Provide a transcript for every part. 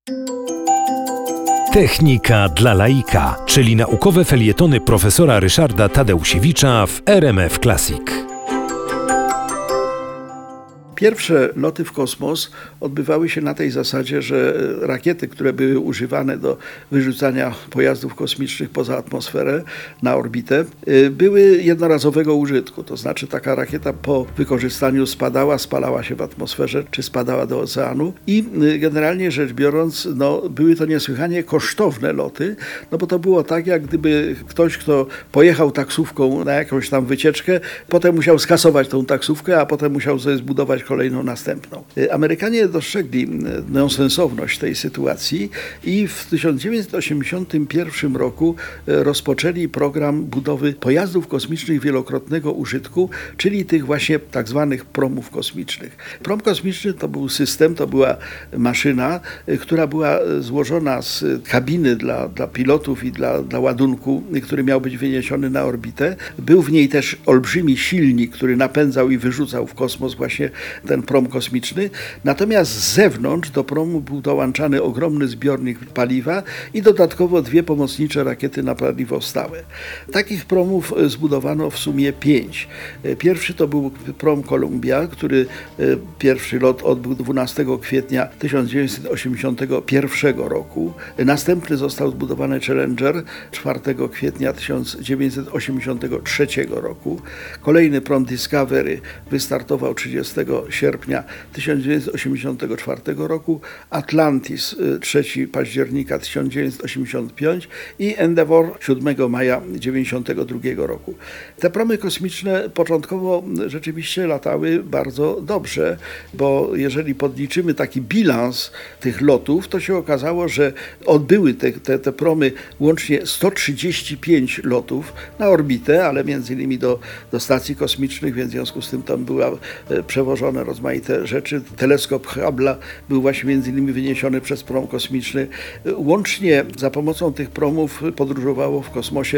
Technika dla laika, czyli naukowe felietony profesora Ryszarda Tadeusiewicza w RMF Classic. Pierwsze loty w kosmos odbywały się na tej zasadzie, że rakiety, które były używane do wyrzucania pojazdów kosmicznych poza atmosferę na orbitę, były jednorazowego użytku. To znaczy taka rakieta po wykorzystaniu spalała się w atmosferze, czy spadała do oceanu i generalnie rzecz biorąc, były to niesłychanie kosztowne loty, bo to było tak, jak gdyby ktoś, kto pojechał taksówką na jakąś tam wycieczkę, potem musiał skasować tą taksówkę, a potem musiał sobie zbudować kolejną następną. Amerykanie dostrzegli nonsensowność tej sytuacji i w 1981 roku rozpoczęli program budowy pojazdów kosmicznych wielokrotnego użytku, czyli tych właśnie tak zwanych promów kosmicznych. Prom kosmiczny to był system, to była maszyna, która była złożona z kabiny dla pilotów i dla ładunku, który miał być wyniesiony na orbitę. Był w niej też olbrzymi silnik, który napędzał i wyrzucał w kosmos właśnie ten prom kosmiczny. Natomiast z zewnątrz do promu był dołączany ogromny zbiornik paliwa i dodatkowo 2 pomocnicze rakiety na paliwo stałe. Takich promów zbudowano w sumie 5. Pierwszy to był prom Columbia, który pierwszy lot odbył 12 kwietnia 1981 roku. Następny został zbudowany Challenger 4 kwietnia 1983 roku. Kolejny prom Discovery wystartował 30 sierpnia 1984 roku, Atlantis 3 października 1985 i Endeavour 7 maja 1992 roku. Te promy kosmiczne początkowo rzeczywiście latały bardzo dobrze, bo jeżeli podliczymy taki bilans tych lotów, to się okazało, że odbyły te promy łącznie 135 lotów na orbitę, ale między innymi do stacji kosmicznych, więc w związku z tym tam była przewożone rozmaite rzeczy. Teleskop Hubble'a był właśnie między innymi wyniesiony przez prom kosmiczny. Łącznie za pomocą tych promów podróżowało w kosmosie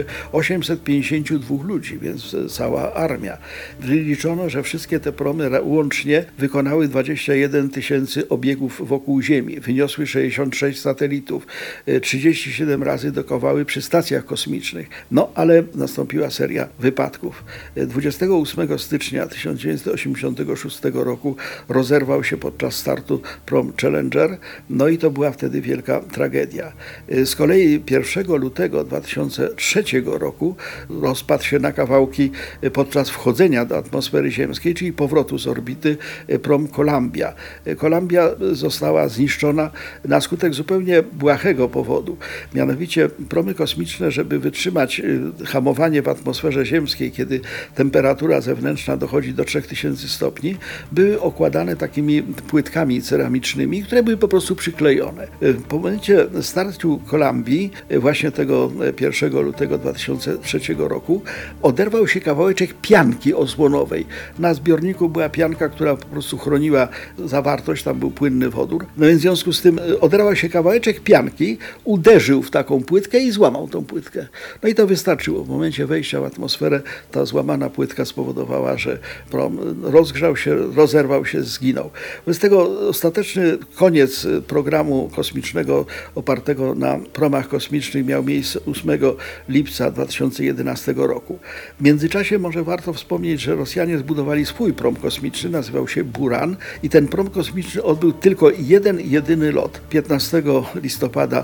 852 ludzi, więc cała armia. Wyliczono, że wszystkie te promy łącznie wykonały 21 000 obiegów wokół Ziemi, wyniosły 66 satelitów, 37 razy dokowały przy stacjach kosmicznych. Ale nastąpiła seria wypadków. 28 stycznia 1986 roku rozerwał się podczas startu prom Challenger, i to była wtedy wielka tragedia. Z kolei 1 lutego 2003 roku rozpadł się na kawałki podczas wchodzenia do atmosfery ziemskiej, czyli powrotu z orbity prom Columbia. Columbia została zniszczona na skutek zupełnie błahego powodu. Mianowicie promy kosmiczne, żeby wytrzymać hamowanie w atmosferze ziemskiej, kiedy temperatura zewnętrzna dochodzi do 3000 stopni, były okładane takimi płytkami ceramicznymi, które były po prostu przyklejone. Po momencie startu Columbii, właśnie tego 1 lutego 2003 roku, oderwał się kawałeczek pianki osłonowej. Na zbiorniku była pianka, która po prostu chroniła zawartość, tam był płynny wodór. Więc w związku z tym oderwał się kawałeczek pianki, uderzył w taką płytkę i złamał tą płytkę. I to wystarczyło. W momencie wejścia w atmosferę ta złamana płytka spowodowała, że prom rozgrzał się, rozerwał się, zginął. Wobec tego ostateczny koniec programu kosmicznego opartego na promach kosmicznych miał miejsce 8 lipca 2011 roku. W międzyczasie może warto wspomnieć, że Rosjanie zbudowali swój prom kosmiczny, nazywał się Buran i ten prom kosmiczny odbył tylko jeden jedyny lot. 15 listopada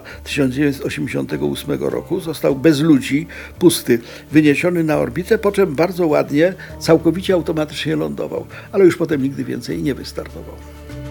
1988 roku został bez ludzi, pusty, wyniesiony na orbitę, po czym bardzo ładnie, całkowicie automatycznie lądował, ale już potem nigdy więcej nie wystartował.